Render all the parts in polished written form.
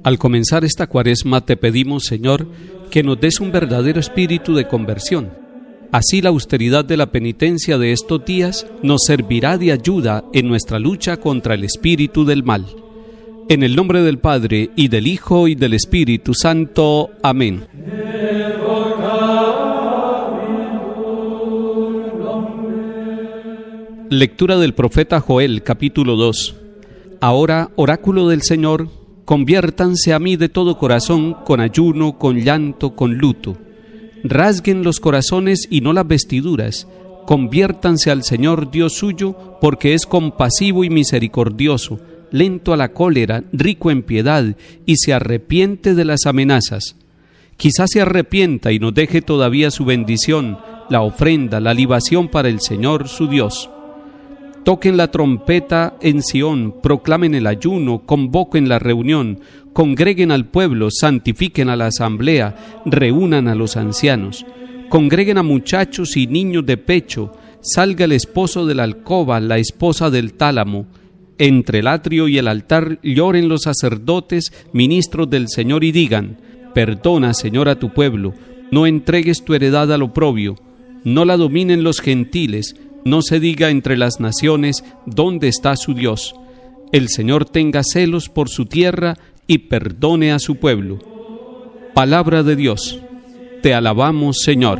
Al comenzar esta Cuaresma te pedimos, Señor, que nos des un verdadero espíritu de conversión. Así la austeridad de la penitencia de estos días nos servirá de ayuda en nuestra lucha contra el espíritu del mal. En el nombre del Padre, y del Hijo, y del Espíritu Santo. Amén. Lectura del profeta Joel, capítulo 2. Ahora, oráculo del Señor, conviértanse a mí de todo corazón, con ayuno, con llanto, con luto. Rasguen los corazones y no las vestiduras. Conviértanse al Señor Dios suyo, porque es compasivo y misericordioso, lento a la cólera, rico en piedad, y se arrepiente de las amenazas. Quizás se arrepienta y nos deje todavía su bendición, la ofrenda, la libación para el Señor su Dios. Toquen la trompeta en Sión, proclamen el ayuno, convoquen la reunión, congreguen al pueblo, santifiquen a la asamblea, reúnan a los ancianos, congreguen a muchachos y niños de pecho, salga el esposo de la alcoba, la esposa del tálamo. Entre el atrio y el altar lloren los sacerdotes, ministros del Señor, y digan: perdona, Señor, a tu pueblo, no entregues tu heredad al oprobio, no la dominen los gentiles, no se diga entre las naciones dónde está su Dios. El Señor tenga celos por su tierra y perdone a su pueblo. Palabra de Dios. Te alabamos, Señor.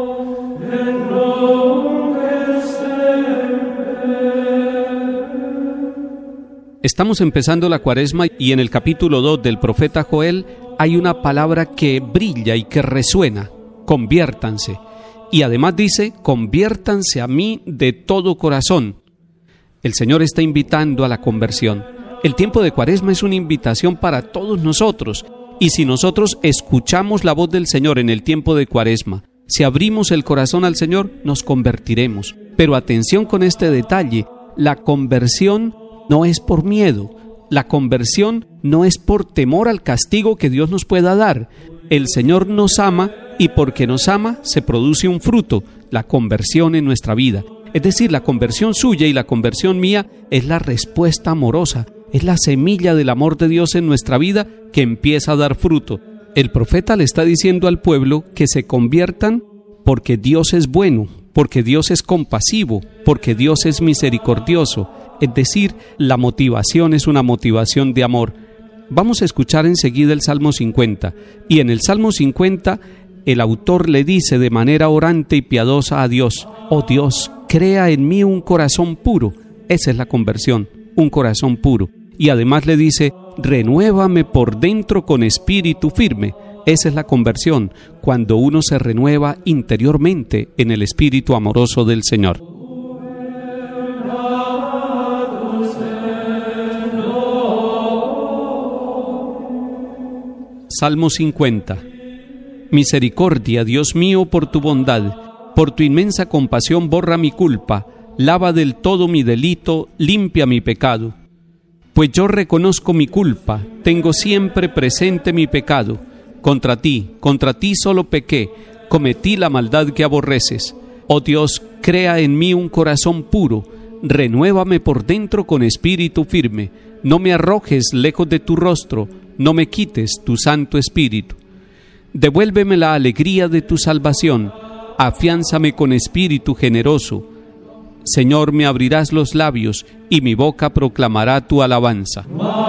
Estamos empezando la Cuaresma y en el capítulo 2 del profeta Joel hay una palabra que brilla y que resuena: conviértanse. Y además dice: conviértanse a mí de todo corazón. El Señor está invitando a la conversión. El tiempo de Cuaresma es una invitación para todos nosotros. Y si nosotros escuchamos la voz del Señor en el tiempo de Cuaresma, si abrimos el corazón al Señor, nos convertiremos. Pero atención con este detalle: la conversión no es por miedo. La conversión no es por temor al castigo que Dios nos pueda dar. El Señor nos ama, y porque nos ama se produce un fruto, la conversión en nuestra vida. Es decir, la conversión suya y la conversión mía es la respuesta amorosa, es la semilla del amor de Dios en nuestra vida que empieza a dar fruto. El profeta le está diciendo al pueblo que se conviertan porque Dios es bueno, porque Dios es compasivo, porque Dios es misericordioso. Es decir, la motivación es una motivación de amor. Vamos a escuchar enseguida el Salmo 50. Y en el Salmo 50, el autor le dice de manera orante y piadosa a Dios: oh Dios, crea en mí un corazón puro. Esa es la conversión, un corazón puro. Y además le dice: renuévame por dentro con espíritu firme. Esa es la conversión, cuando uno se renueva interiormente en el espíritu amoroso del Señor. Salmo 50. Misericordia, Dios mío, por tu bondad, por tu inmensa compasión borra mi culpa, lava del todo mi delito, limpia mi pecado. Pues yo reconozco mi culpa, tengo siempre presente mi pecado. Contra ti solo pequé, cometí la maldad que aborreces. Oh Dios, crea en mí un corazón puro, renuévame por dentro con espíritu firme. No me arrojes lejos de tu rostro, no me quites tu Santo Espíritu. Devuélveme la alegría de tu salvación, afiánzame con espíritu generoso. Señor, me abrirás los labios, y mi boca proclamará tu alabanza.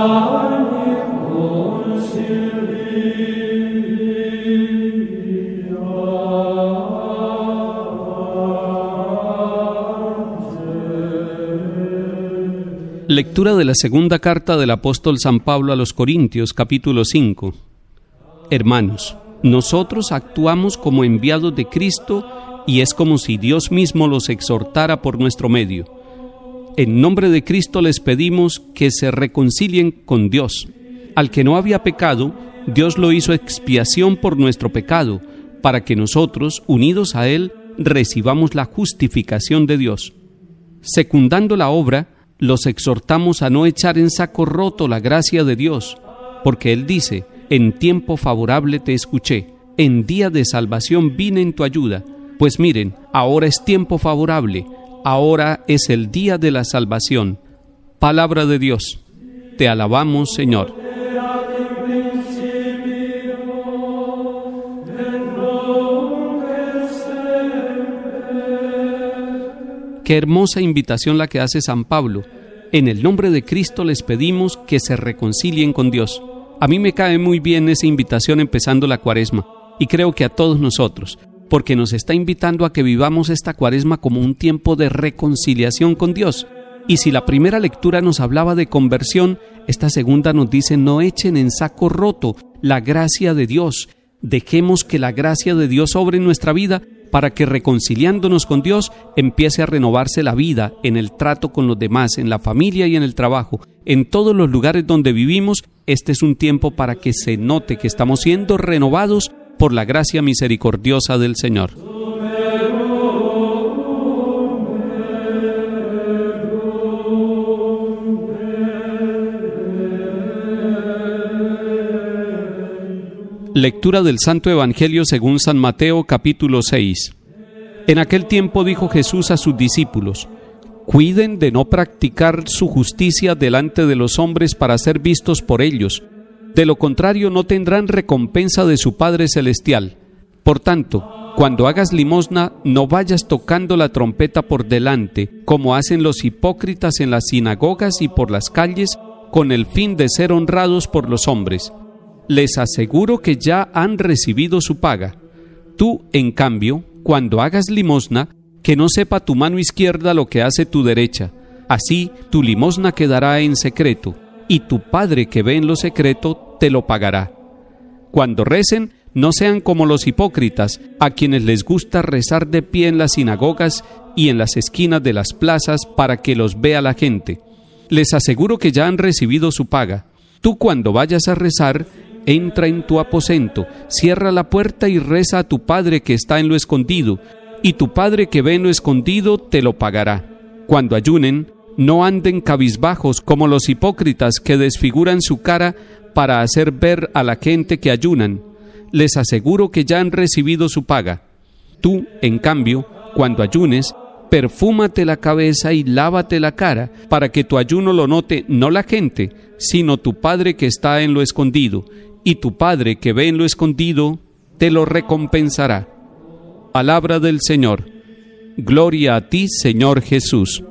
Lectura de la segunda carta del apóstol San Pablo a los Corintios, capítulo 5. Hermanos, nosotros actuamos como enviados de Cristo, y es como si Dios mismo los exhortara por nuestro medio. En nombre de Cristo les pedimos que se reconcilien con Dios. Al que no había pecado, Dios lo hizo expiación por nuestro pecado, para que nosotros, unidos a Él, recibamos la justificación de Dios. Secundando la obra, los exhortamos a no echar en saco roto la gracia de Dios, porque Él dice: en tiempo favorable te escuché, en día de salvación vine en tu ayuda. Pues miren, ahora es tiempo favorable, ahora es el día de la salvación. Palabra de Dios. Te alabamos, Señor. Qué hermosa invitación la que hace San Pablo. En el nombre de Cristo les pedimos que se reconcilien con Dios. A mí me cae muy bien esa invitación empezando la Cuaresma, y creo que a todos nosotros, porque nos está invitando a que vivamos esta Cuaresma como un tiempo de reconciliación con Dios. Y si la primera lectura nos hablaba de conversión, esta segunda nos dice: no echen en saco roto la gracia de Dios. Dejemos que la gracia de Dios obre en nuestra vida para que, reconciliándonos con Dios, empiece a renovarse la vida en el trato con los demás, en la familia y en el trabajo, en todos los lugares donde vivimos. Este es un tiempo para que se note que estamos siendo renovados por la gracia misericordiosa del Señor. Lectura del Santo Evangelio según San Mateo, capítulo 6. En aquel tiempo dijo Jesús a sus discípulos: cuiden de no practicar su justicia delante de los hombres para ser vistos por ellos. De lo contrario, no tendrán recompensa de su Padre Celestial. Por tanto, cuando hagas limosna, no vayas tocando la trompeta por delante, como hacen los hipócritas en las sinagogas y por las calles, con el fin de ser honrados por los hombres. Les aseguro que ya han recibido su paga. Tú, en cambio, cuando hagas limosna, que no sepa tu mano izquierda lo que hace tu derecha. Así tu limosna quedará en secreto, y tu Padre que ve en lo secreto te lo pagará. Cuando recen, no sean como los hipócritas, a quienes les gusta rezar de pie en las sinagogas y en las esquinas de las plazas para que los vea la gente. Les aseguro que ya han recibido su paga. Tú, cuando vayas a rezar, entra en tu aposento, cierra la puerta y reza a tu Padre que está en lo escondido, y tu Padre que ve en lo escondido te lo pagará. Cuando ayunen, no anden cabizbajos como los hipócritas que desfiguran su cara para hacer ver a la gente que ayunan. Les aseguro que ya han recibido su paga. Tú, en cambio, cuando ayunes, perfúmate la cabeza y lávate la cara, para que tu ayuno lo note no la gente, sino tu Padre que está en lo escondido, y tu Padre que ve en lo escondido te lo recompensará. Palabra del Señor. Gloria a ti, Señor Jesús.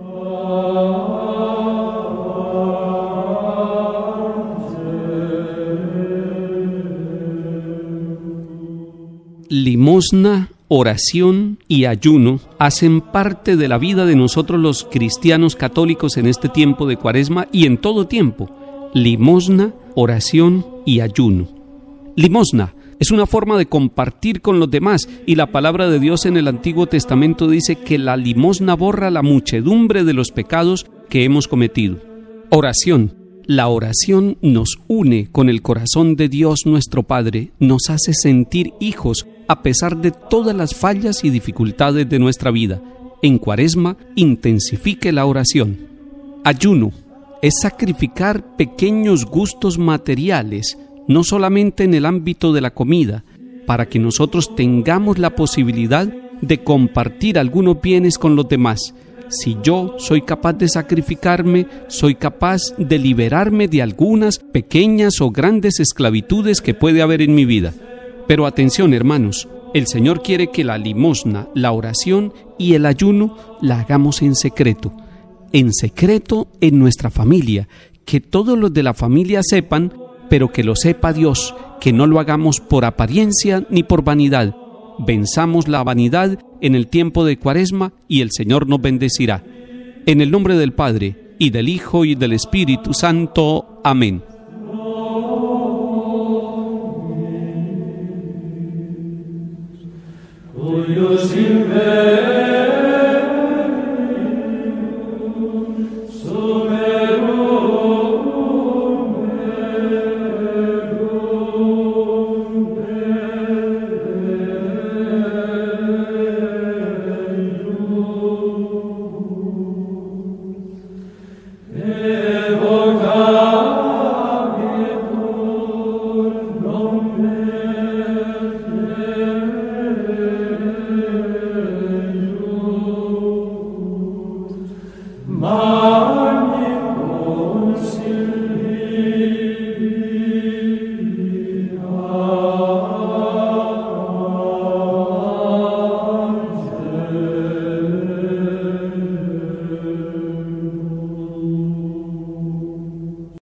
Limosna, oración y ayuno hacen parte de la vida de nosotros los cristianos católicos en este tiempo de Cuaresma y en todo tiempo. Limosna, oración y ayuno. Limosna es una forma de compartir con los demás, y la palabra de Dios en el Antiguo Testamento dice que la limosna borra la muchedumbre de los pecados que hemos cometido. Oración. La oración nos une con el corazón de Dios nuestro Padre, nos hace sentir hijos a pesar de todas las fallas y dificultades de nuestra vida. En Cuaresma, intensifique la oración. Ayuno es sacrificar pequeños gustos materiales, no solamente en el ámbito de la comida, para que nosotros tengamos la posibilidad de compartir algunos bienes con los demás. Si yo soy capaz de sacrificarme, soy capaz de liberarme de algunas pequeñas o grandes esclavitudes que puede haber en mi vida. Pero atención, hermanos, el Señor quiere que la limosna, la oración y el ayuno la hagamos en secreto en nuestra familia, que todos los de la familia sepan, pero que lo sepa Dios, que no lo hagamos por apariencia ni por vanidad. Venzamos la vanidad en el tiempo de Cuaresma y el Señor nos bendecirá. En el nombre del Padre, y del Hijo, y del Espíritu Santo. Amén.